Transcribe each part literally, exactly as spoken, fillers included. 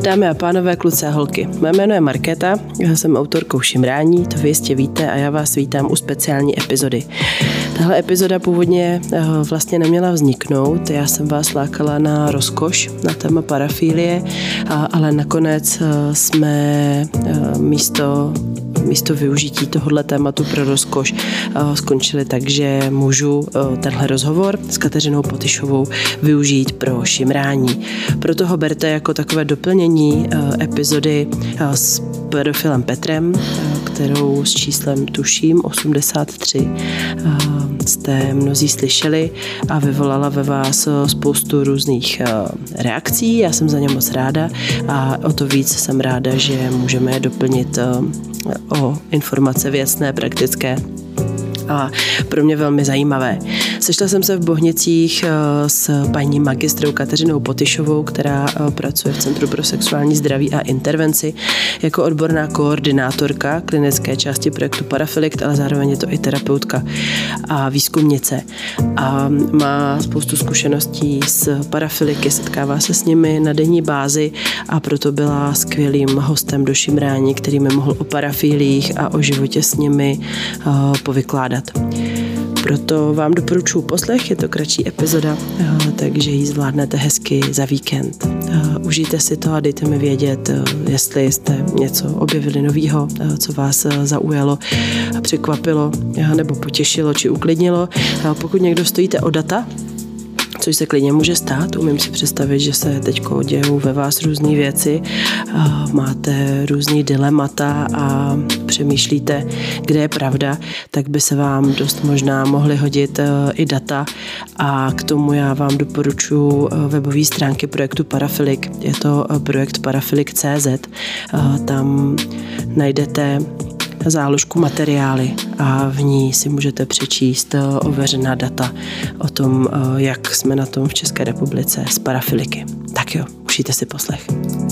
Dámy a pánové, kluci a holky, mé jméno je Markéta, já jsem autorkou Šimrání, to vy jistě víte a já vás vítám u speciální epizody. Tahle epizoda původně vlastně neměla vzniknout, já jsem vás lákala na rozkoš, na téma parafilie, ale nakonec jsme místo místo využití tohohle tématu pro rozkoš skončili tak, že můžu tenhle rozhovor s Kateřinou Potyšovou využít pro šimrání. Proto ho berte jako takové doplnění epizody s pedofilem Petrem, kterou s číslem tuším osmdesát tři jste mnozí slyšeli a vyvolala ve vás spoustu různých reakcí. Já jsem za ně moc ráda a o to víc jsem ráda, že můžeme je doplnit o informace věcné, praktické a pro mě velmi zajímavé. Sešla jsem se v Bohnicích s paní magistrou Kateřinou Potyšovou, která pracuje v Centru pro sexuální zdraví a intervenci jako odborná koordinátorka klinické části projektu Parafilikt, ale zároveň je to i terapeutka a výzkumnice. A má spoustu zkušeností s parafiliky, setkává se s nimi na denní bázi a proto byla skvělým hostem do šimrání, který mi mohl o parafilích a o životě s nimi povykládat. Proto vám doporučuji poslech, je to kratší epizoda, takže ji zvládnete hezky za víkend. Užijte si to a dejte mi vědět, jestli jste něco objevili novýho, co vás zaujalo, překvapilo, nebo potěšilo, či uklidnilo. Pokud někdo stojíte o data, což se klidně může stát. Umím si představit, že se teďko dějou ve vás různé věci, máte různý dilemata a přemýšlíte, kde je pravda, tak by se vám dost možná mohly hodit i data a k tomu já vám doporučuji webové stránky projektu Parafilik. Je to projekt parafilik tečka cé zet. Tam najdete záložku materiály a v ní si můžete přečíst ověřená data o tom, jak jsme na tom v České republice s parafiliky. Tak jo, užijte si poslech.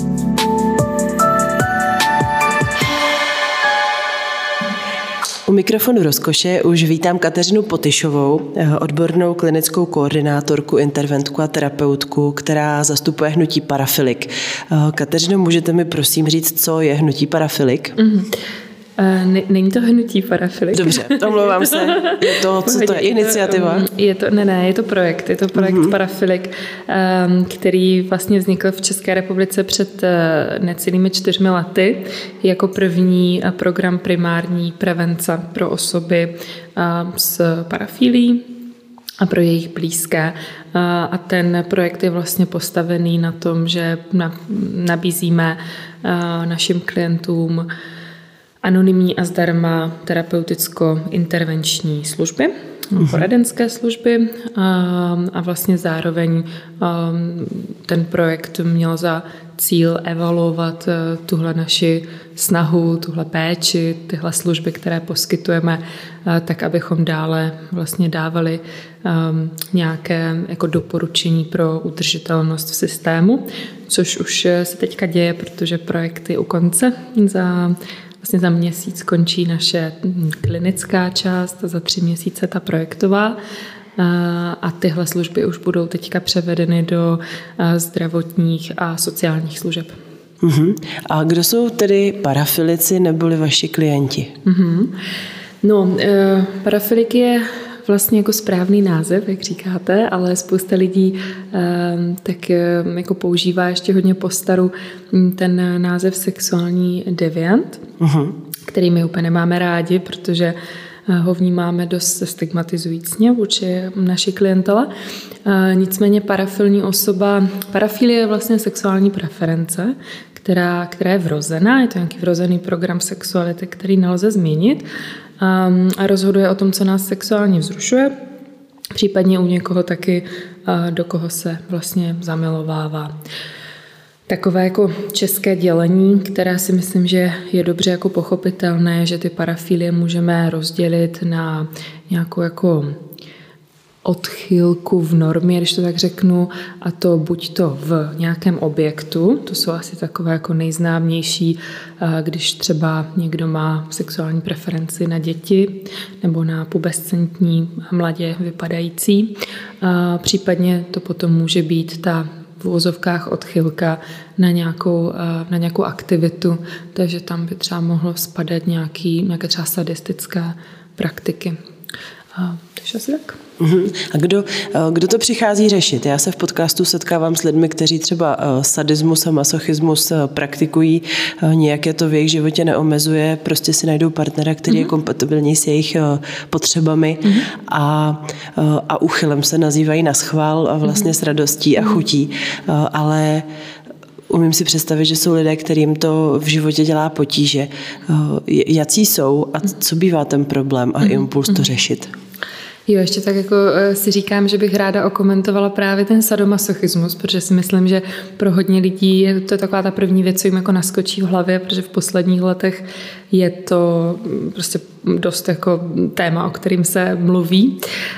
U mikrofonu rozkoše už vítám Kateřinu Potyšovou, odbornou klinickou koordinátorku, interventku a terapeutku, která zastupuje hnutí Parafilik. Kateřino, můžete mi prosím říct, co je hnutí Parafilik? Mm-hmm. Není to hnutí Parafilik. Dobře, omlouvám se. Je to, co to je, iniciativa? Je to, ne, ne, je to projekt. Je to projekt mm-hmm. Parafilik, který vlastně vznikl v České republice před necelými čtyřmi lety jako první program primární prevence pro osoby s parafilií a pro jejich blízké. A ten projekt je vlastně postavený na tom, že nabízíme našim klientům anonymní a zdarma terapeuticko-intervenční služby, uh-huh. poradenské služby a, a vlastně zároveň a, ten projekt měl za cíl evaluovat tuhle naši snahu, tuhle péči, tyhle služby, které poskytujeme, a, tak abychom dále vlastně dávali a, nějaké jako doporučení pro udržitelnost v systému, což už se teďka děje, protože projekt je u konce. Za Vlastně za měsíc končí naše klinická část, za tři měsíce ta projektová a tyhle služby už budou teďka převedeny do zdravotních a sociálních služeb. Uh-huh. A kdo jsou tedy parafilici neboli vaši klienti? Uh-huh. No, parafilik je vlastně jako správný název, jak říkáte, ale spousta lidí tak jako používá ještě hodně postaru ten název sexuální deviant, uh-huh. který my úplně nemáme rádi, protože ho vnímáme dost stigmatizujícně vůči naší klientele. Nicméně parafilní osoba, parafilie je vlastně sexuální preference, která, která je vrozená, je to nějaký vrozený program sexuality, který nelze změnit a rozhoduje o tom, co nás sexuálně vzrušuje, případně u někoho taky, do koho se vlastně zamilovává. Takové jako české dělení, které si myslím, že je dobře jako pochopitelné, že ty parafilie můžeme rozdělit na nějakou jako odchylku v normě, když to tak řeknu, a to buď to v nějakém objektu, to jsou asi takové jako nejznámější, když třeba někdo má sexuální preferenci na děti nebo na pubescentní mladě vypadající. Případně to potom může být ta v uvozovkách odchylka na nějakou, na nějakou aktivitu, takže tam by třeba mohlo spadat nějaký, nějaké třeba sadistické praktiky. A, takže asi tak. A kdo, kdo to přichází řešit? Já se v podcastu setkávám s lidmi, kteří třeba sadismus a masochismus praktikují, nijak je to v jejich životě neomezuje, prostě si najdou partnera, který mm-hmm. je kompatibilní s jejich potřebami mm-hmm. a, a úchylem se nazývají na schvál a vlastně mm-hmm. s radostí a chutí, ale umím si představit, že jsou lidé, kterým to v životě dělá potíže. Jací jsou a co bývá ten problém a impuls to řešit? Jo, ještě tak jako si říkám, že bych ráda okomentovala právě ten sadomasochismus, protože si myslím, že pro hodně lidí je to taková ta první věc, co jim jako naskočí v hlavě, protože v posledních letech je to prostě dost jako téma, o kterým se mluví.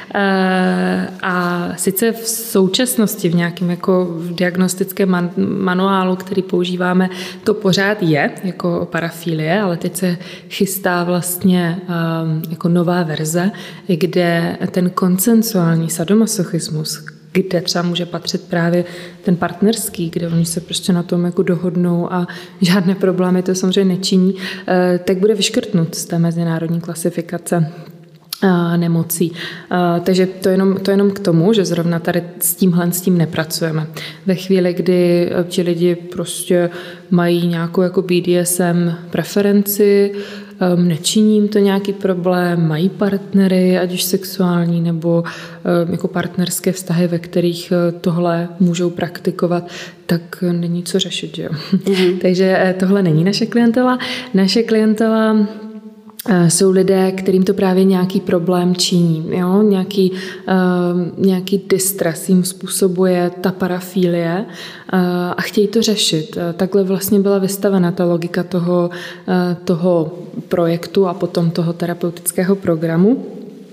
A sice v současnosti v nějakém jako diagnostickém man- manuálu, který používáme, to pořád je jako parafilie, ale teď se chystá vlastně jako nová verze, kde ten konsensuální sadomasochismus, kde třeba může patřit právě ten partnerský, kde oni se prostě na tom jako dohodnou a žádné problémy to samozřejmě nečiní, tak bude vyškrtnut z té mezinárodní klasifikace nemocí. Takže to jenom, to jenom k tomu, že zrovna tady s tímhle s tím nepracujeme. Ve chvíli, kdy ti lidi prostě mají nějakou jako B D S M preferenci, nečiní jim to nějaký problém, mají partnery, ať už sexuální nebo jako partnerské vztahy, ve kterých tohle můžou praktikovat, tak není co řešit, že jo. Mm-hmm. Takže tohle není naše klientela. Naše klientela jsou lidé, kterým to právě nějaký problém činí. Jo? Nějaký, uh, nějaký distres jim způsobuje ta parafilie uh, a chtějí to řešit. Uh, takhle vlastně byla vystavena ta logika toho, uh, toho projektu a potom toho terapeutického programu.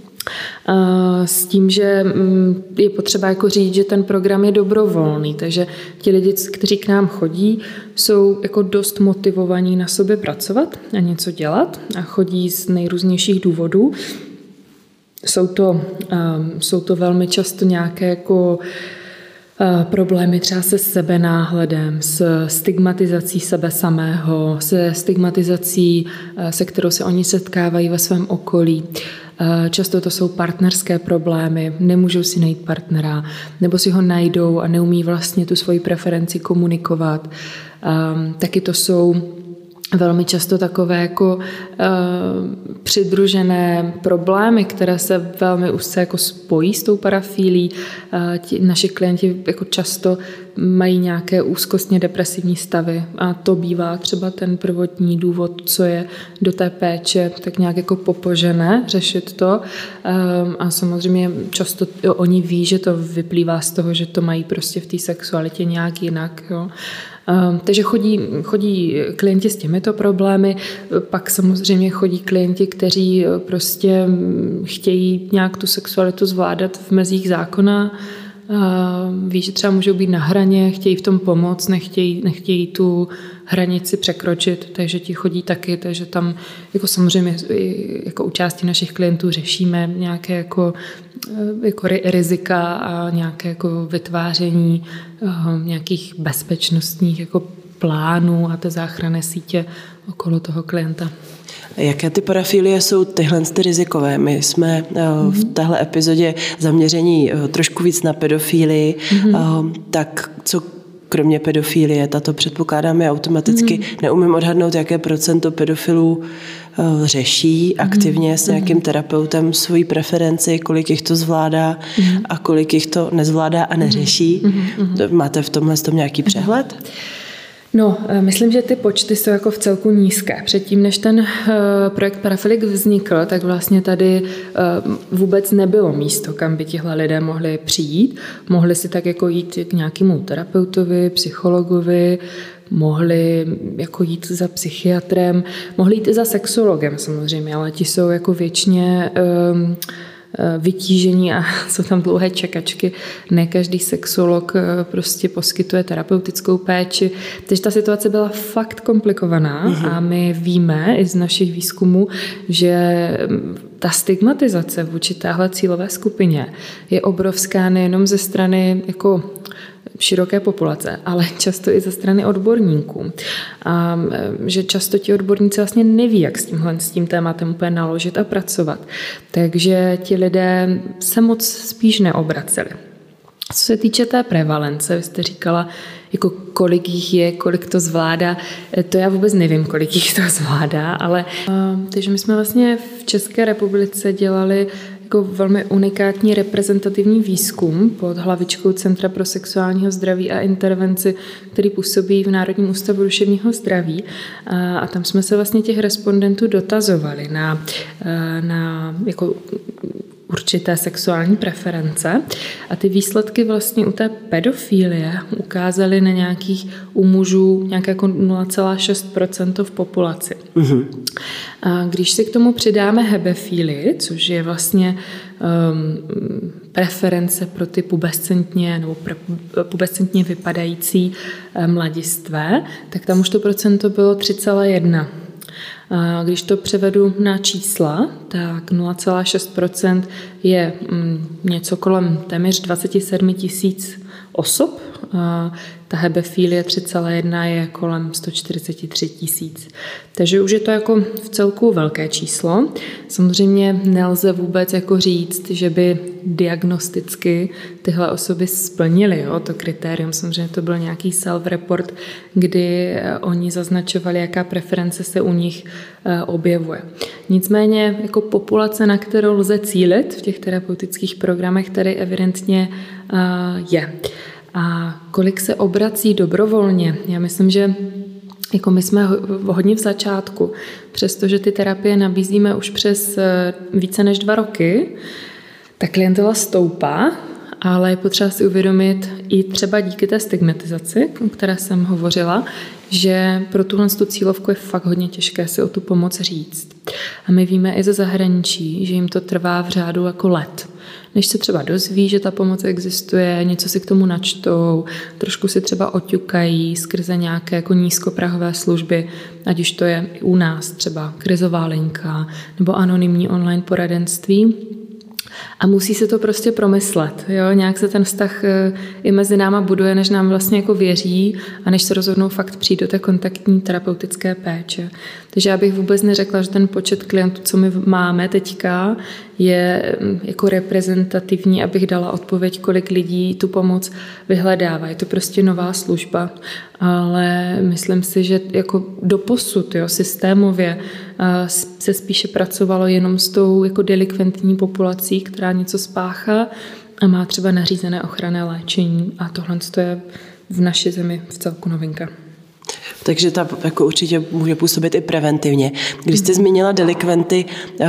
S tím, že je potřeba jako říct, že ten program je dobrovolný, takže ti lidi, kteří k nám chodí, jsou jako dost motivovaní na sobě pracovat a něco dělat a chodí z nejrůznějších důvodů. Jsou to, jsou to velmi často nějaké jako problémy třeba se sebenáhledem, s stigmatizací sebe samého, se stigmatizací, se kterou se oni setkávají ve svém okolí. Často to jsou partnerské problémy, nemůžou si najít partnera, nebo si ho najdou a neumí vlastně tu svoji preferenci komunikovat. Taky to jsou velmi často takové jako uh, přidružené problémy, které se velmi úzce jako spojí s tou parafílí. Uh, ti, naši klienti jako často mají nějaké úzkostně depresivní stavy a to bývá třeba ten prvotní důvod, co je do té péče tak nějak jako popožené řešit to. Um, a samozřejmě často jo, oni ví, že to vyplývá z toho, že to mají prostě v té sexualitě nějak jinak, jo. Takže chodí, chodí klienti s těmito problémy, pak samozřejmě chodí klienti, kteří prostě chtějí nějak tu sexualitu zvládat v mezích zákona, ví, že třeba můžou být na hraně, chtějí v tom pomoct, nechtějí, nechtějí tu hranici překročit, takže ti chodí taky, takže tam jako samozřejmě jako u části našich klientů řešíme nějaké jako, jako rizika a nějaké jako vytváření nějakých bezpečnostních jako plánů a té záchranné sítě okolo toho klienta. Jaké ty parafilie jsou tyhle ty rizikové? My jsme mm-hmm. v téhle epizodě zaměření trošku víc na pedofílii, mm-hmm. tak co kromě pedofilie, tato předpokládáme automaticky, mm-hmm. neumím odhadnout, jaké procento pedofilů řeší aktivně s nějakým terapeutem svoji preferenci, kolik jich to zvládá mm-hmm. a kolik jich to nezvládá a neřeší. Mm-hmm. Máte v tomhle tom nějaký přehled? No, myslím, že ty počty jsou jako v celku nízké. Předtím, než ten projekt Parafilik vznikl, tak vlastně tady vůbec nebylo místo, kam by tihle lidé mohli přijít. Mohli si tak jako jít k nějakému terapeutovi, psychologovi, mohli jako jít za psychiatrem, mohli jít i za sexologem samozřejmě, ale ti jsou jako věčně um, vytížení a jsou tam dlouhé čekačky. Ne každý sexolog prostě poskytuje terapeutickou péči. Takže ta situace byla fakt komplikovaná mm-hmm. a my víme i z našich výzkumů, že ta stigmatizace vůči téhle cílové skupině je obrovská nejenom ze strany jako široké populace, ale často i ze strany odborníků. A že často ti odborníci vlastně neví, jak s tímhle s tím tématem úplně naložit a pracovat. Takže ti lidé se moc spíš neobraceli. Co se týče té prevalence, vy jste říkala, jako kolik jich je, kolik to zvládá, to já vůbec nevím, kolik jich to zvládá, ale takže my jsme vlastně v České republice dělali jako velmi unikátní reprezentativní výzkum pod hlavičkou Centra pro sexuálního zdraví a intervenci, který působí v Národním ústavu duševního zdraví. A, a tam jsme se vlastně těch respondentů dotazovali na, na jako určité sexuální preference a ty výsledky vlastně u té pedofilie ukázaly na nějakých u mužů nějaké jako nula celá šest procenta v populaci. Mm-hmm. A když si k tomu přidáme hebefílii, což je vlastně um, preference pro ty pubescentně nebo pre, pubescentně vypadající mladistvé, tak tam už to procento bylo tři celá jedna. A když to převedu na čísla, tak nula celá šest procenta je něco kolem téměř dvacet sedm tisíc osob. A ta hebefilie tři celá jedna je kolem sto čtyřicet tři tisíc. Takže už je to jako v celku velké číslo. Samozřejmě nelze vůbec jako říct, že by diagnosticky tyhle osoby splnily jo, to kritérium. Samozřejmě to byl nějaký self-report, kdy oni zaznačovali, jaká preference se u nich objevuje. Nicméně jako populace, na kterou lze cílit v těch terapeutických programech, tady evidentně je. A kolik se obrací dobrovolně? Já myslím, že jako my jsme hodně v začátku, přestože ty terapie nabízíme už přes více než dva roky, ta klientela stoupá, ale je potřeba si uvědomit i třeba díky té stigmatizaci, o které jsem hovořila, že pro tuhle cílovku je fakt hodně těžké si o tu pomoc říct. A my víme i ze zahraničí, že jim to trvá v řádu jako let. Než se třeba dozví, že ta pomoc existuje, něco si k tomu načtou, trošku si třeba oťukají skrze nějaké jako nízkoprahové služby, ať už to je i u nás třeba krizová linka nebo anonymní online poradenství. A musí se to prostě promyslet. Jo? Nějak se ten vztah i mezi náma buduje, než nám vlastně jako věří a než se rozhodnou fakt přijít do té kontaktní terapeutické péče. Takže já bych vůbec neřekla, že ten počet klientů, co my máme teďka, je jako reprezentativní, abych dala odpověď, kolik lidí tu pomoc vyhledává. Je to prostě nová služba, ale myslím si, že jako doposud, jo, systémově se spíše pracovalo jenom s tou jako delikventní populací, která něco spáchá a má třeba nařízené ochranné léčení a tohle je v naší zemi v celku novinka. Takže ta jako určitě může působit i preventivně. Když jste zmínila delikventy,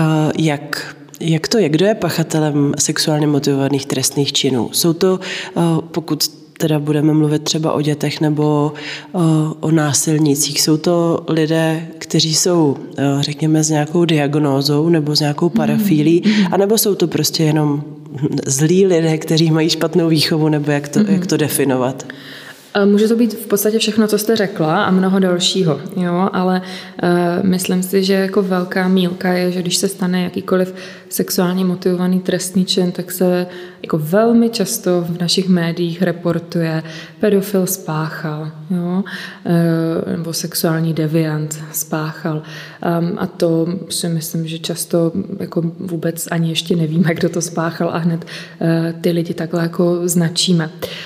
jak, jak to je? Kdo je pachatelem sexuálně motivovaných trestných činů? Jsou to, pokud teda budeme mluvit třeba o dětech nebo o násilnících, jsou to lidé, kteří jsou, řekněme, s nějakou diagnózou nebo s nějakou parafílí, anebo jsou to prostě jenom zlí lidé, kteří mají špatnou výchovu, nebo jak to, jak to definovat? Může to být v podstatě všechno, co jste řekla a mnoho dalšího, jo? Ale uh, myslím si, že jako velká mílka je, že když se stane jakýkoliv sexuálně motivovaný trestný čin, tak se jako velmi často v našich médiích reportuje pedofil spáchal, jo? Uh, nebo sexuální deviant spáchal. Um, a to si myslím, že často jako vůbec ani ještě nevíme, kdo to spáchal a hned uh, ty lidi takhle jako značíme.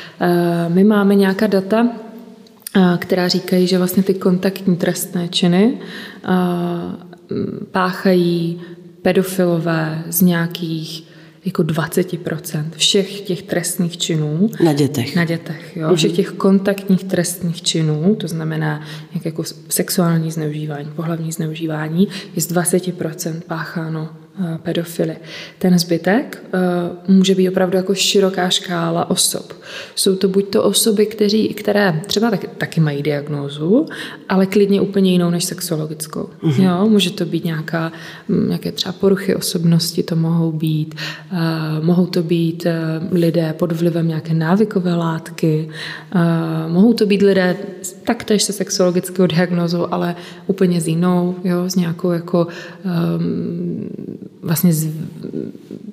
My máme nějaká data, která říkají, že vlastně ty kontaktní trestné činy páchají pedofilové z nějakých jako dvacet procent všech těch trestných činů. Na dětech. Na dětech, jo. Všech těch kontaktních trestných činů, to znamená jak jako sexuální zneužívání, pohlavní zneužívání, je z dvacet procent pácháno pedofily. Ten zbytek uh, může být opravdu jako široká škála osob. Jsou to buď to osoby, kteří, které třeba tak, taky mají diagnózu, ale klidně úplně jinou než sexologickou. Mm-hmm. Jo, může to být nějaká, nějaké třeba poruchy osobnosti, to mohou být. Uh, mohou to být uh, lidé pod vlivem nějaké návykové látky. Uh, mohou to být lidé taktéž se sexologickou diagnózou, ale úplně s jinou, jo, s nějakou jako um, vlastně z,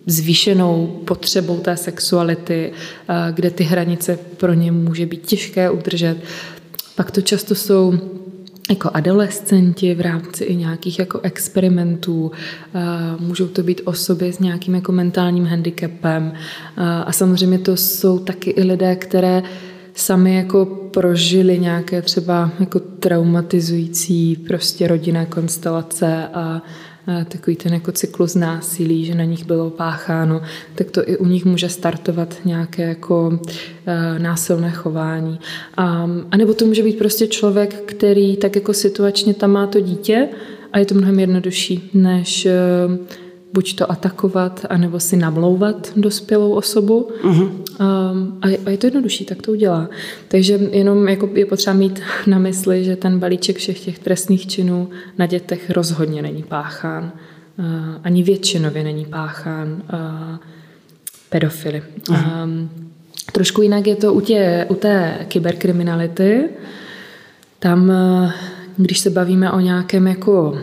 zvýšenou potřebou té sexuality, kde ty hranice pro ně může být těžké udržet. Pak to často jsou jako adolescenti v rámci i nějakých jako experimentů, můžou to být osoby s nějakým jako mentálním handicapem a samozřejmě to jsou taky i lidé, které sami jako prožili nějaké třeba jako traumatizující prostě rodinné konstelace a takový ten jako cyklus násilí, že na nich bylo pácháno, tak to i u nich může startovat nějaké jako násilné chování. A, a nebo to může být prostě člověk, který tak jako situačně tam má to dítě a je to mnohem jednodušší, než buď to atakovat, anebo si namlouvat dospělou osobu. Uh-huh. A, a je to jednodušší, tak to udělá. Takže jenom jako je potřeba mít na mysli, že ten balíček všech těch trestných činů na dětech rozhodně není páchán. Ani většinově není páchán pedofily. Uh-huh. Trošku jinak je to u, tě, u té kyberkriminality. Tam, když se bavíme o nějakém jako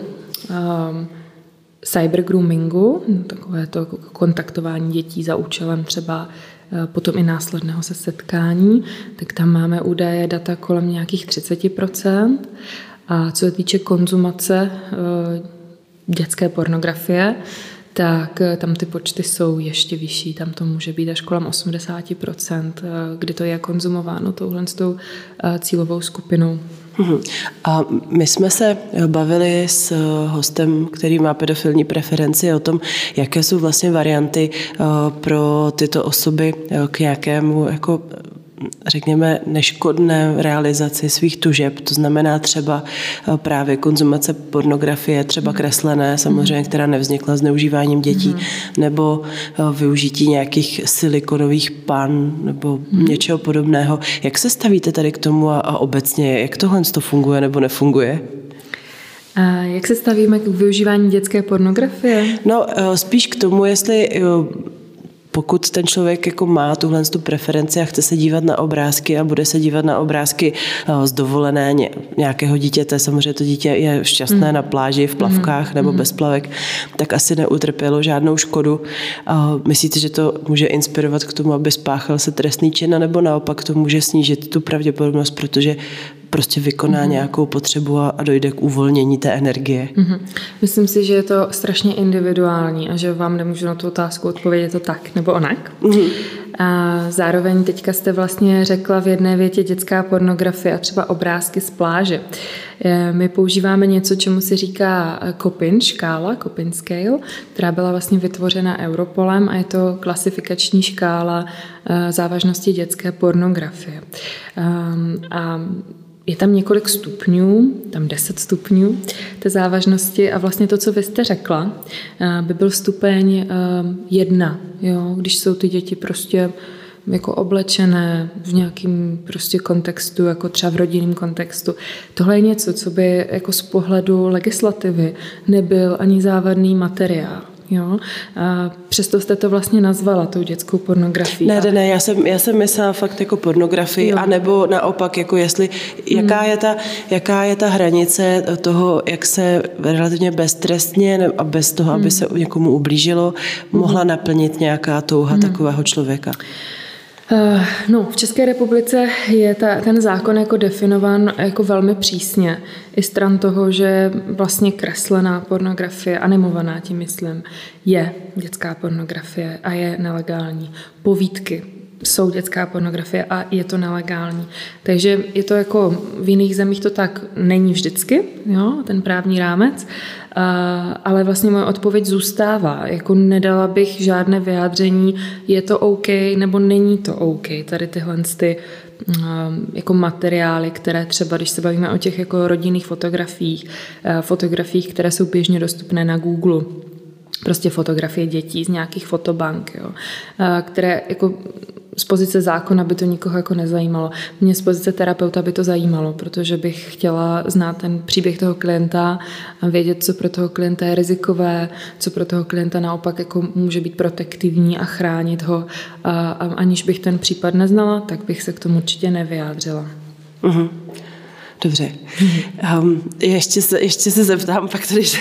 cybergroomingu, takové to kontaktování dětí za účelem třeba potom i následného se setkání, tak tam máme údaje, data kolem nějakých třicet procent. A co se týče konzumace dětské pornografie, tak tam ty počty jsou ještě vyšší. Tam to může být až kolem osmdesát procent, kdy to je konzumováno touhle s tou cílovou skupinou. A my jsme se bavili s hostem, který má pedofilní preferenci, o tom, jaké jsou vlastně varianty pro tyto osoby k nějakému jako řekněme, neškodné realizaci svých tužeb, to znamená třeba právě konzumace pornografie, třeba kreslené, samozřejmě, která nevznikla zneužíváním dětí, mm-hmm. nebo využití nějakých silikonových pan nebo mm-hmm. něčeho podobného. Jak se stavíte tady k tomu a, a obecně, jak tohle to funguje nebo nefunguje? A jak se stavíme k využívání dětské pornografie? No, spíš k tomu, jestli pokud ten člověk jako má tuhle tu preferenci a chce se dívat na obrázky a bude se dívat na obrázky z dovolené nějakého dítěte, samozřejmě to dítě je šťastné mm. na pláži, v plavkách mm. nebo mm. bez plavek, tak asi neutrpělo žádnou škodu. Myslíte, že to může inspirovat k tomu, aby spáchal se trestný čin, nebo naopak to může snížit tu pravděpodobnost, protože prostě vykoná mm. nějakou potřebu a, a dojde k uvolnění té energie? Mm. Myslím si, že je to strašně individuální a že vám nemůžu na tu otázku odpovědět to tak nebo onak. Mm. A zároveň teďka jste vlastně řekla v jedné větě dětská pornografie a třeba obrázky z pláže. My používáme něco, čemu se říká Copin, škála, Copin scale, která byla vlastně vytvořena Europolem a je to klasifikační škála závažnosti dětské pornografie. A je tam několik stupňů, tam deset stupňů té závažnosti a vlastně to, co vy jste řekla, by byl stupeň jedna, jo? Když jsou ty děti prostě jako oblečené v nějakém prostě kontextu, jako třeba v rodinném kontextu. Tohle je něco, co by jako z pohledu legislativy nebyl ani závadný materiál. Jo? A přesto jste to vlastně nazvala tou dětskou pornografií. Ne, ne, ne, já jsem, já jsem myslela fakt jako pornografii, anebo naopak, jako jestli, jaká, hmm. je ta, jaká je ta hranice toho, jak se relativně beztrestně a bez toho, hmm. aby se někomu ublížilo, mohla naplnit nějaká touha hmm. takového člověka. No, v České republice je ta, ten zákon jako definován jako velmi přísně. I stran toho, že vlastně kreslená pornografie, animovaná tím myslím, je dětská pornografie a je nelegální. Povídky jsou dětská pornografie a je to nelegální. Takže je to jako v jiných zemích to tak není vždycky, jo, ten právní rámec, ale vlastně moje odpověď zůstává. Jako nedala bych žádné vyjádření, je to OK nebo není to OK. Tady tyhle ty jako materiály, které třeba, když se bavíme o těch jako rodinných fotografiích, fotografiích, které jsou běžně dostupné na Google, prostě fotografie dětí z nějakých fotobank, jo, které jako z pozice zákona by to nikoho jako nezajímalo. Mě z pozice terapeuta by to zajímalo, protože bych chtěla znát ten příběh toho klienta a vědět, co pro toho klienta je rizikové, co pro toho klienta naopak jako může být protektivní a chránit ho. A, a aniž bych ten případ neznala, tak bych se k tomu určitě nevyjádřila. Uh-huh. Dobře. Um, ještě, se, ještě se zeptám, pak to když tak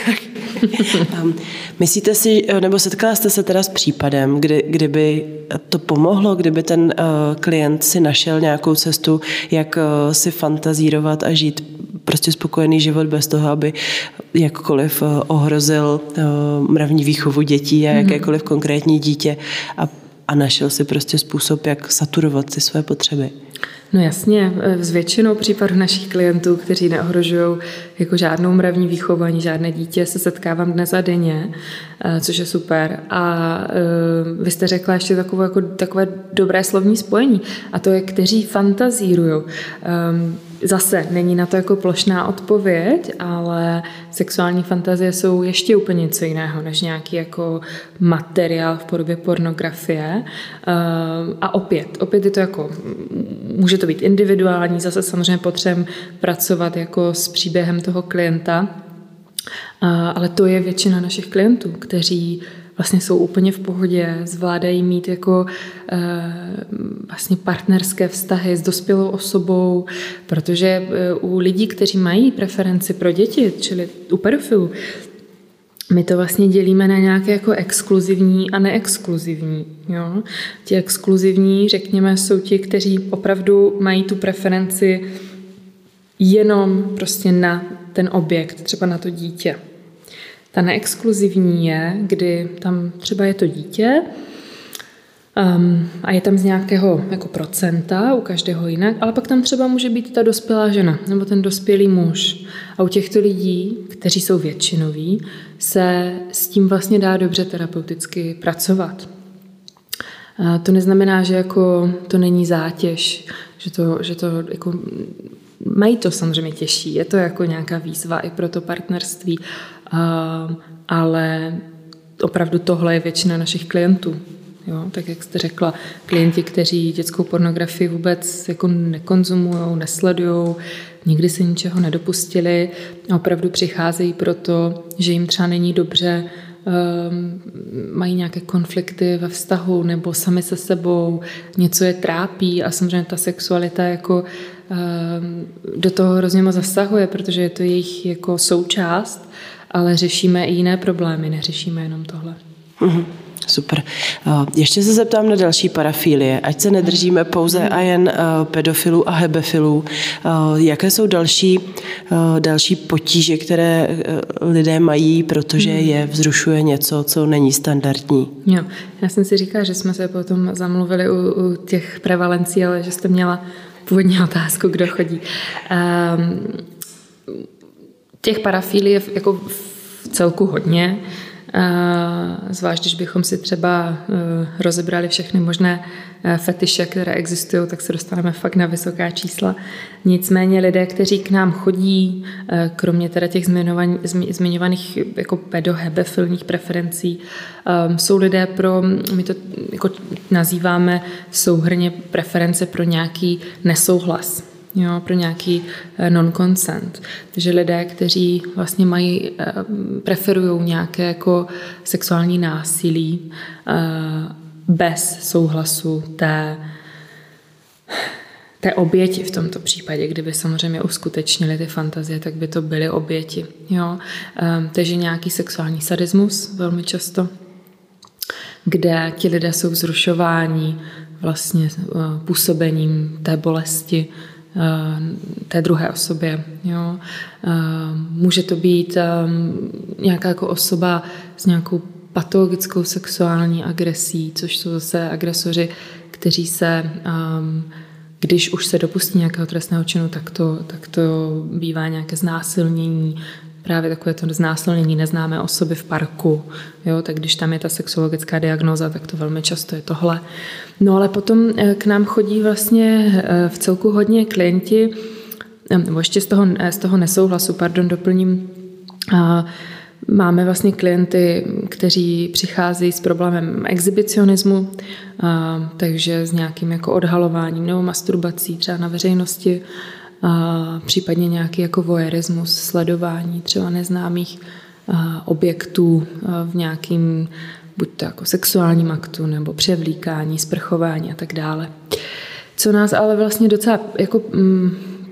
Myslíte si, nebo setkala jste se teda s případem, kdy, kdyby to pomohlo, kdyby ten uh, klient si našel nějakou cestu, jak uh, si fantazírovat a žít prostě spokojený život bez toho, aby jakkoliv uh, ohrozil uh, mravní výchovu dětí a jakékoliv konkrétní dítě a, a našel si prostě způsob, jak saturovat si své potřeby? No jasně, s většinou případů našich klientů, kteří neohrožují jako žádnou mravní výchovu ani žádné dítě, se setkávám dnes a denně, což je super. A vy jste řekla ještě takové, jako, takové dobré slovní spojení, a to je, kteří fantazírují. Zase není na to jako plošná odpověď, ale sexuální fantazie jsou ještě úplně něco jiného, než nějaký jako materiál v podobě pornografie. A opět, opět je to jako, může to být individuální, zase samozřejmě potřebujeme pracovat jako s příběhem toho klienta, ale to je většina našich klientů, kteří vlastně jsou úplně v pohodě, zvládají mít jako e, vlastně partnerské vztahy s dospělou osobou, protože e, u lidí, kteří mají preferenci pro děti, čili u pedofilů, my to vlastně dělíme na nějaké jako exkluzivní a neexkluzivní. Jo? Ti exkluzivní, řekněme, jsou ti, kteří opravdu mají tu preferenci jenom prostě na ten objekt, třeba na to dítě. Ta neexkluzivní je, kdy tam třeba je to dítě um, a je tam z nějakého jako procenta, u každého jinak, ale pak tam třeba může být ta dospělá žena nebo ten dospělý muž. A u těchto lidí, kteří jsou většinoví, se s tím vlastně dá dobře terapeuticky pracovat. A to neznamená, že jako to není zátěž, že to, že to jako mají to samozřejmě těžší, je to jako nějaká výzva i pro to partnerství, uh, ale opravdu tohle je většina našich klientů. Jo? Tak jak jste řekla, klienti, kteří dětskou pornografii vůbec jako nekonzumujou, nesledujou, nikdy se ničeho nedopustili a opravdu přicházejí proto, že jim třeba není dobře, um, mají nějaké konflikty ve vztahu nebo sami se sebou, něco je trápí a samozřejmě ta sexualita jako do toho hrozně moc zasahuje, protože je to jejich jako součást, ale řešíme i jiné problémy, neřešíme jenom tohle. Mm-hmm. Super. Ještě se zeptám na další parafilie, ať se nedržíme pouze a jen pedofilů a hebefilů. Jaké jsou další, další potíže, které lidé mají, protože je vzrušuje něco, co není standardní? Jo, já jsem si říkala, že jsme se potom zamluvili u, u těch prevalencí, ale že jste měla původní otázku, kdo chodí. Um, těch parafilí je jako v celku hodně, uh, zvlášť když bychom si třeba uh, rozebrali všechny možné uh, fetiše, které existují, tak se dostaneme fakt na vysoká čísla. Nicméně lidé, kteří k nám chodí, uh, kromě teda těch zmiňovaných, zmiňovaných jako pedohebefilních preferencí, um, jsou lidé pro, my to jako nazýváme souhrnně preference pro nějaký nesouhlas. Jo, pro nějaký non-consent. Takže lidé, kteří vlastně mají, preferují nějaké jako sexuální násilí bez souhlasu té, té oběti v tomto případě, kdyby samozřejmě uskutečnili ty fantazie, tak by to byly oběti. Jo? Takže nějaký sexuální sadismus velmi často, kde ti lidé jsou vzrušováni vlastně působením té bolesti té druhé osobě. Jo. Může to být nějaká jako osoba s nějakou patologickou sexuální agresí, což jsou zase agresoři, kteří se, když už se dopustí nějakého trestného činu, tak to, tak to bývá nějaké znásilnění, právě takové to znásilnění neznámé osoby v parku. Jo, tak když tam je ta sexuologická diagnóza, tak to velmi často je tohle. No ale potom k nám chodí vlastně v celku hodně klienti, nebo ještě z toho, z toho nesouhlasu, pardon, doplním, máme vlastně klienty, kteří přicházejí s problémem exhibicionismu, takže s nějakým jako odhalováním nebo masturbací třeba na veřejnosti, a případně nějaký jako voyeurismus, sledování třeba neznámých objektů v nějakým buď to jako sexuálním aktu nebo převlíkání, sprchování a tak dále. Co nás ale vlastně docela jako mm,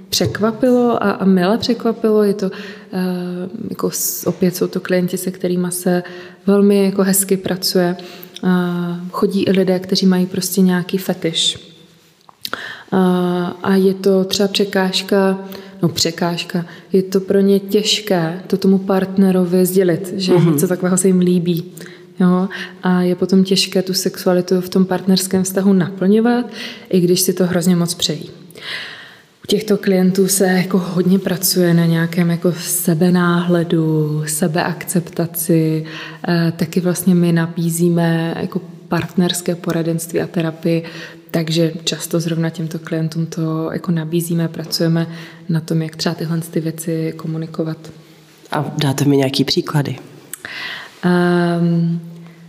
překvapilo a, a mile překvapilo. Je to, uh, jako opět jsou to klienti, se kterými se velmi jako hezky pracuje. Uh, chodí i lidé, kteří mají prostě nějaký fetiš. Uh, a je to třeba překážka, no překážka, je to pro ně těžké to tomu partnerovi sdělit, že mm-hmm. něco takového se jim líbí. Jo? A je potom těžké tu sexualitu v tom partnerském vztahu naplňovat, i když si to hrozně moc přejí. U těchto klientů se jako hodně pracuje na nějakém jako sebenáhledu, sebeakceptaci. E, taky vlastně my nabízíme jako partnerské poradenství a terapii, takže často zrovna těmto klientům to jako nabízíme, pracujeme na tom, jak třeba tyhle ty věci komunikovat. A dáte mi nějaký příklady? Um,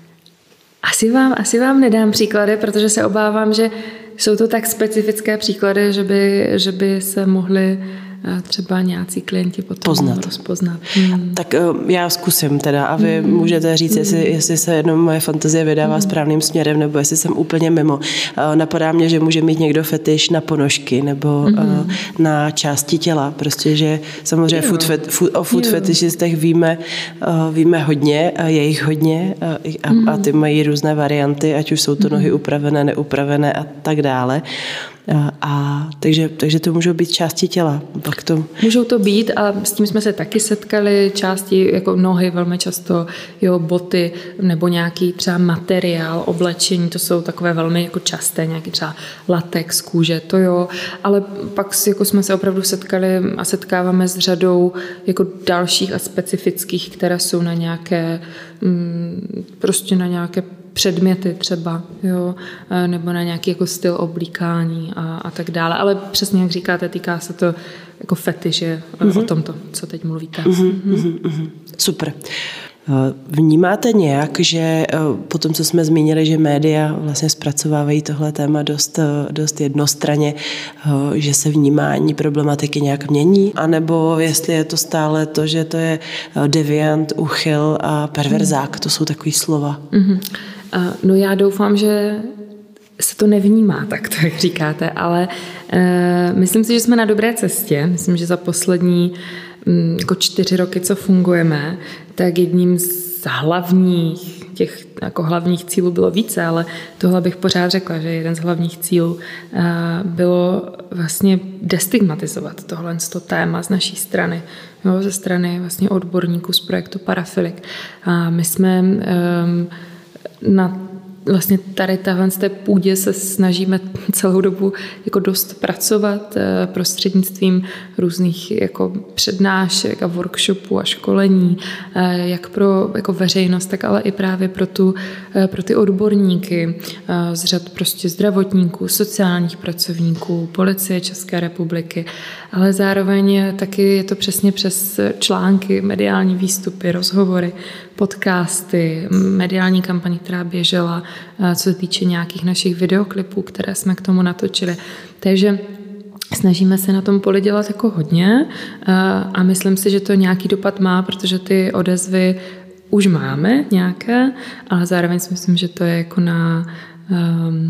asi, vám, asi vám nedám příklady, protože se obávám, že jsou to tak specifické příklady, že by, že by se mohli třeba nějací klienti potom Poznat. rozpoznat. Hmm. Tak já zkusím teda a vy hmm. můžete říct, jestli, jestli se jenom moje fantazie vydává hmm. správným směrem, nebo jestli jsem úplně mimo. Napadá mě, že může mít někdo fetiš na ponožky nebo hmm. na části těla. Prostě, že samozřejmě food fet, food, o food fetišistech víme, víme hodně, je jich hodně a, hmm. a ty mají různé varianty, ať už jsou to nohy upravené, neupravené a tak dále. A, a takže, takže to můžou být části těla. Pak to... Můžou to být a s tím jsme se taky setkali, části jako nohy velmi často, jo, boty nebo nějaký třeba materiál, oblečení, to jsou takové velmi jako časté, nějaký třeba latex, kůže, to jo, ale pak jako jsme se opravdu setkali a setkáváme s řadou jako dalších a specifických, které jsou na nějaké mm, prostě na nějaké předměty třeba, jo, nebo na nějaký jako styl oblíkání a, a tak dále. Ale přesně jak říkáte, týká se to jako fetiše mm-hmm. o tomto, co teď mluvíte. Mm-hmm, mm-hmm, mm-hmm. Super. Vnímáte nějak, že po tom, co jsme zmínili, že média vlastně zpracovávají tohle téma dost, dost jednostranně, že se vnímání problematiky nějak mění? A nebo jestli je to stále to, že to je deviant, úchyl a perverzák, to jsou takový slova? Mm-hmm. No já doufám, že se to nevnímá takto, jak říkáte, ale e, myslím si, že jsme na dobré cestě. Myslím, že za poslední m, jako čtyři roky, co fungujeme, tak jedním z hlavních těch jako hlavních cílů bylo více, ale tohle bych pořád řekla, že jeden z hlavních cílů e, bylo vlastně destigmatizovat tohle téma z naší strany, jo, ze strany vlastně odborníků z projektu Parafilik. A my jsme e, na vlastně tady tahle z té půdě se snažíme celou dobu jako dost pracovat prostřednictvím různých jako přednášek a workshopů a školení, jak pro jako veřejnost, tak ale i právě pro, tu, pro ty odborníky z řad prostě zdravotníků, sociálních pracovníků, policie České republiky, ale zároveň taky je to přesně přes články, mediální výstupy, rozhovory, podcasty, mediální kampaň, která běžela, co se týče nějakých našich videoklipů, které jsme k tomu natočili. Takže snažíme se na tom poli dělat jako hodně a myslím si, že to nějaký dopad má, protože ty odezvy už máme nějaké, ale zároveň si myslím, že to je jako na, um,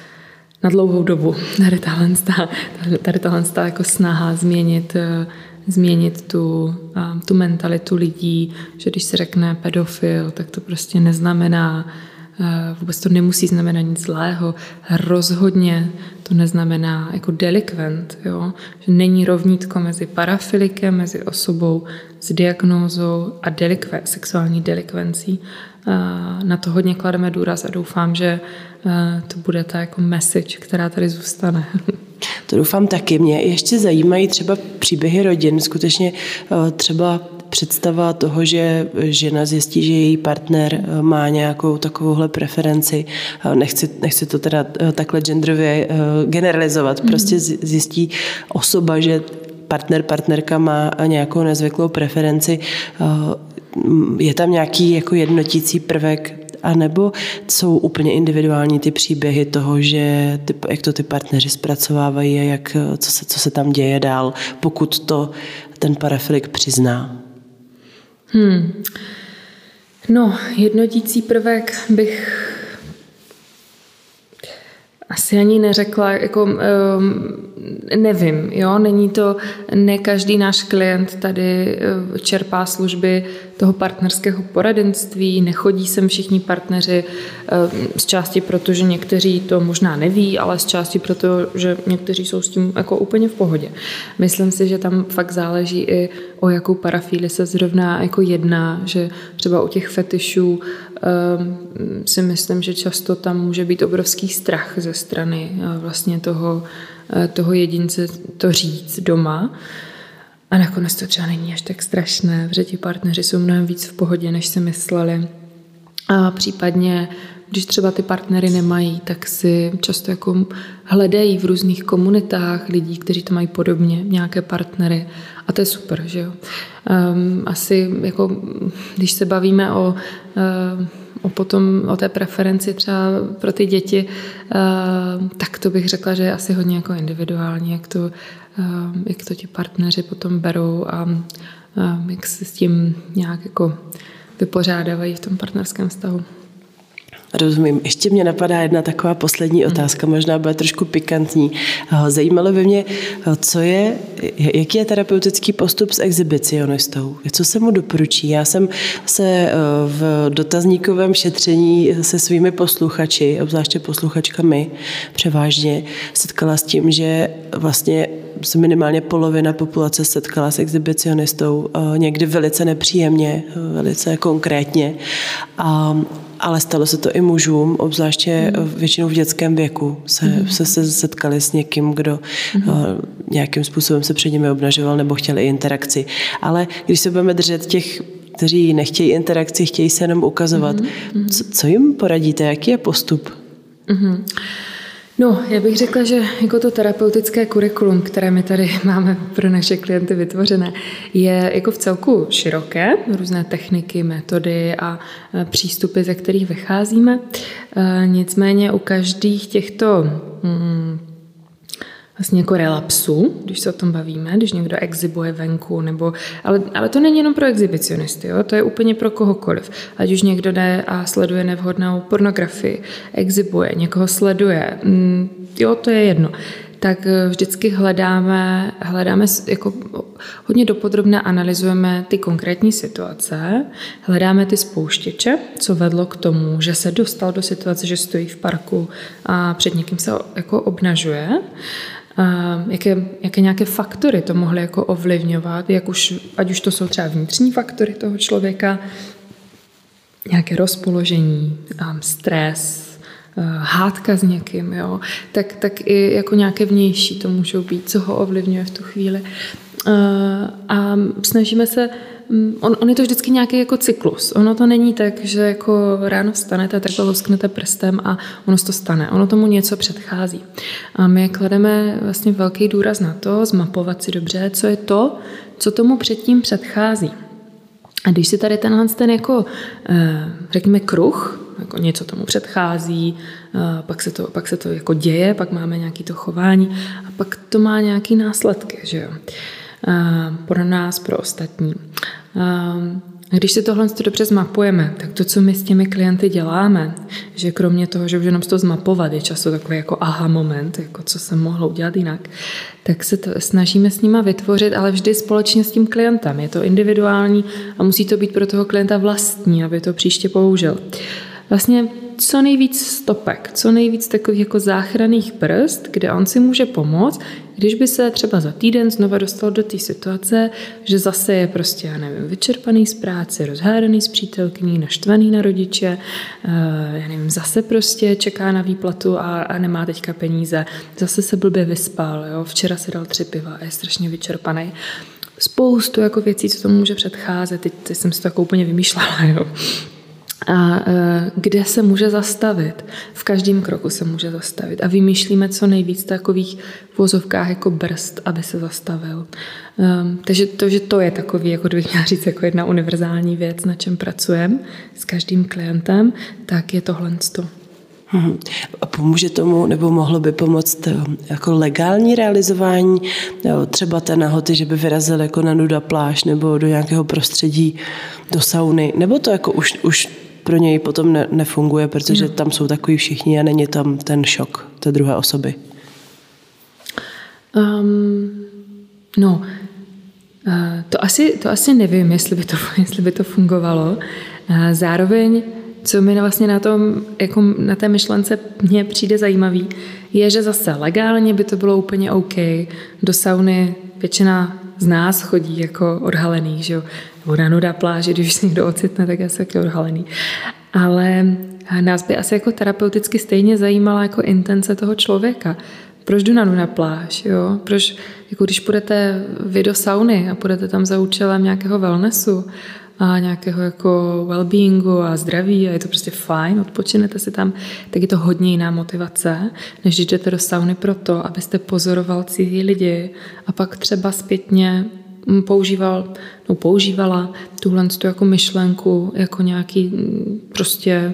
na dlouhou dobu. Tady tahle, tady tahle jako snaha změnit změnit tu, tu mentalitu lidí, že když se řekne pedofil, tak to prostě neznamená, vůbec to nemusí znamenat nic zlého. Rozhodně to neznamená jako delikvent, jo? Že není rovnítko mezi parafilikem, mezi osobou s diagnózou a delikve, sexuální delikvencí. Na to hodně klademe důraz a doufám, že to bude ta jako message, která tady zůstane. To doufám taky. Mě ještě zajímají třeba příběhy rodin, skutečně třeba představa toho, že žena zjistí, že její partner má nějakou takovouhle preferenci. Nechci, nechci to teda takhle genderově generalizovat. Prostě zjistí osoba, že partner, partnerka má nějakou nezvyklou preferenci. Je tam nějaký jako jednotící prvek, a nebo jsou úplně individuální ty příběhy toho, že ty, jak to ty partneři zpracovávají a jak, co, se, co se tam děje dál, pokud to ten parafilik přizná? Hmm. No, jednotící prvek bych Asi ani neřekla, jako um, nevím, jo, není to, ne každý náš klient tady čerpá služby toho partnerského poradenství, nechodí sem všichni partneři, z části proto, že někteří to možná neví, ale z části proto, že někteří jsou s tím jako úplně v pohodě. Myslím si, že tam fakt záleží i o jakou parafíli se zrovna jako jedná, že třeba u těch fetišů um, si myslím, že často tam může být obrovský strach ze strany vlastně toho, toho jedince to říct doma. A nakonec to třeba není až tak strašné, protože ti partneři jsou mnohem víc v pohodě, než si mysleli. A případně, když třeba ty partnery nemají, tak si často jako hledají v různých komunitách lidí, kteří to mají podobně, nějaké partnery. A to je super, že jo. Um, asi jako, když se bavíme o, uh, o potom o té preferenci třeba pro ty děti, uh, tak to bych řekla, že je asi hodně jako individuální, jak to, uh, jak to ti partneři potom berou a uh, jak se s tím nějak jako vypořádávají v tom partnerském vztahu. Rozumím. Ještě mě napadá jedna taková poslední otázka, možná bude trošku pikantní. Zajímalo by mě, co je, jaký je terapeutický postup s exhibicionistou? Co se mu doporučí? Já jsem se v dotazníkovém šetření se svými posluchači, obzvláště posluchačkami převážně, setkala s tím, že vlastně se minimálně polovina populace setkala s exhibicionistou někdy velice nepříjemně, velice konkrétně. A ale stalo se to i mužům, obzvláště mm. většinou v dětském věku se, mm. se, se setkali s někým, kdo mm. uh, nějakým způsobem se před nimi obnažoval nebo chtěli interakci. Ale když se budeme držet těch, kteří nechtějí interakci, chtějí se jenom ukazovat, mm. co, co jim poradíte, jaký je postup? Mm. No, já bych řekla, že jako to terapeutické kurikulum, které my tady máme pro naše klienty vytvořené, je jako v celku široké, různé techniky, metody a přístupy, ze kterých vycházíme. Nicméně u každých těchto hmm, vlastně jako relapsů, když se o tom bavíme, když někdo exhibuje venku, nebo, ale, ale to není jenom pro exhibicionisty, jo? To je úplně pro kohokoliv. Ať už někdo jde a sleduje nevhodnou pornografii, exhibuje, někoho sleduje, mm, jo, to je jedno. Tak vždycky hledáme, hledáme jako hodně dopodrobně analyzujeme ty konkrétní situace, hledáme ty spouštěče, co vedlo k tomu, že se dostal do situace, že stojí v parku a před někým se jako obnažuje. Jaké, jaké nějaké faktory to mohly jako ovlivňovat, jak už, ať už to jsou třeba vnitřní faktory toho člověka, nějaké rozpoložení, stres, hádka s někým, jo, tak, tak i jako nějaké vnější to můžou být, co ho ovlivňuje v tu chvíli. A snažíme se, on, on je to vždycky nějaký jako cyklus. Ono to není tak, že jako ráno vstanete a takhle lusknete prstem a ono se to stane. Ono tomu něco předchází. A my klademe vlastně velký důraz na to, zmapovat si dobře, co je to, co tomu předtím předchází. A když si tady tenhle ten jako, řekněme, kruh, jako něco tomu předchází, pak se to, pak se to jako děje, pak máme nějaké to chování a pak to má nějaké následky, že jo, pro nás, pro ostatní. A když si tohle dobře zmapujeme, tak to, co my s těmi klienty děláme, že kromě toho, že už jenom to zmapovat je často takový jako aha moment, jako co jsem mohla udělat jinak, tak se to snažíme s nima vytvořit, ale vždy společně s tím klientem. Je to individuální a musí to být pro toho klienta vlastní, aby to příště použil. Vlastně co nejvíc stopek, co nejvíc takových jako záchranných brzd, kde on si může pomoct, když by se třeba za týden znova dostal do té situace, že zase je prostě, já nevím, vyčerpaný z práce, rozhádaný s přítelkyní, naštvaný na rodiče, já nevím, zase prostě čeká na výplatu a, a nemá teďka peníze, zase se blbě vyspal, jo? Včera si dal tři piva a je strašně vyčerpaný. Spoustu jako věcí, co tomu může předcházet, teď, teď jsem si to jako úplně vymýšlela, jo. A kde se může zastavit. V každém kroku se může zastavit. A vymýšlíme co nejvíc takových v vozovkách jako brzd, aby se zastavil. Um, takže to, že to je takový, jako kdybych měla říct, jako jedna univerzální věc, na čem pracujeme s každým klientem, tak je tohle to. Hmm. A pomůže tomu, nebo mohlo by pomoct jako legální realizování jo, třeba té nahoty, že by vyrazil jako na nuda pláž nebo do nějakého prostředí, do sauny, nebo to jako už, už pro něj potom ne, nefunguje, protože tam jsou takový všichni a není tam ten šok té druhé osoby. Um, no, uh, to asi, to asi nevím, jestli by to, jestli by to fungovalo. Uh, zároveň, co mi vlastně na tom, jako na té myšlence mně přijde zajímavý, je, že zase legálně by to bylo úplně OK. Do sauny většina z nás chodí jako odhalený, že jo. Nebo na nuda pláži, když se někdo ocitne, tak je taky odhalený. Ale nás by asi jako terapeuticky stejně zajímala jako intence toho člověka. Proč jdu na nuda pláž, jo? Proč, jako když půjdete vy do sauny a půjdete tam za účelem nějakého wellnessu a nějakého jako wellbeingu a zdraví a je to prostě fajn, odpočinete si tam, tak je to hodně jiná motivace, než když jdete do sauny proto, abyste pozoroval cizí lidi a pak třeba zpětně používal, no používala tuhle tu jako myšlenku, jako nějaký prostě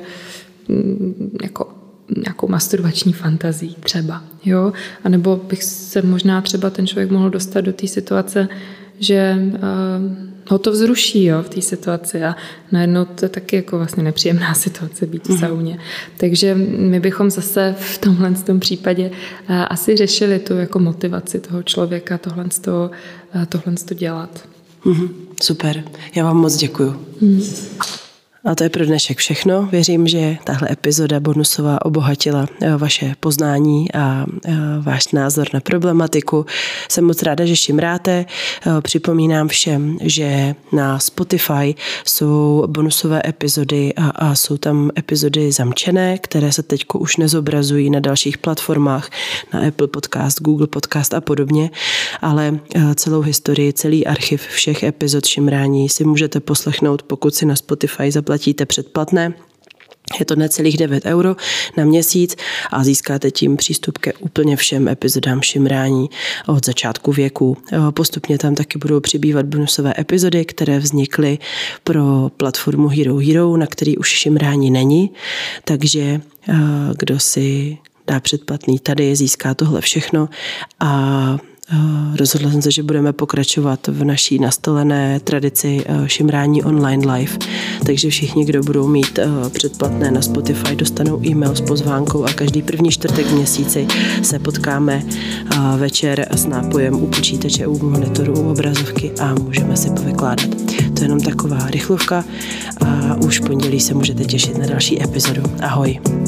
jako nějakou masturbační fantazii třeba, jo? A nebo bych se možná třeba ten člověk mohl dostat do té situace, že uh, ho to vzruší, jo, v té situaci a najednou to je taky jako vlastně nepříjemná situace být v sauně. Takže my bychom zase v tomhle tom případě uh, asi řešili tu jako motivaci toho člověka tohle toho, uh, tohle to dělat. Mm-hmm. Super, já vám moc děkuju. Mm. A to je pro dnešek všechno. Věřím, že tahle epizoda bonusová obohatila vaše poznání a váš názor na problematiku. Jsem moc ráda, že šimráte. Připomínám všem, že na Spotify jsou bonusové epizody a, a jsou tam epizody zamčené, které se teď už nezobrazují na dalších platformách, na Apple Podcast, Google Podcast a podobně, ale celou historii, celý archiv všech epizod šimrání si můžete poslechnout, pokud si na Spotify zaplatíte předplatné. Je to necelých devět euro na měsíc a získáte tím přístup ke úplně všem epizodám šimrání od začátku věku. Postupně tam taky budou přibývat bonusové epizody, které vznikly pro platformu Hero Hero, na který už šimrání není, takže kdo si dá předplatný tady, získá tohle všechno a rozhodla jsem se, že budeme pokračovat v naší nastolené tradici šimrání online live. Takže všichni, kdo budou mít předplatné na Spotify, dostanou e-mail s pozvánkou a každý první čtvrtek v měsíci se potkáme večer s nápojem u počítače, u monitoru, u obrazovky a můžeme si povykládat. To je jenom taková rychlovka a už v pondělí se můžete těšit na další epizodu. Ahoj.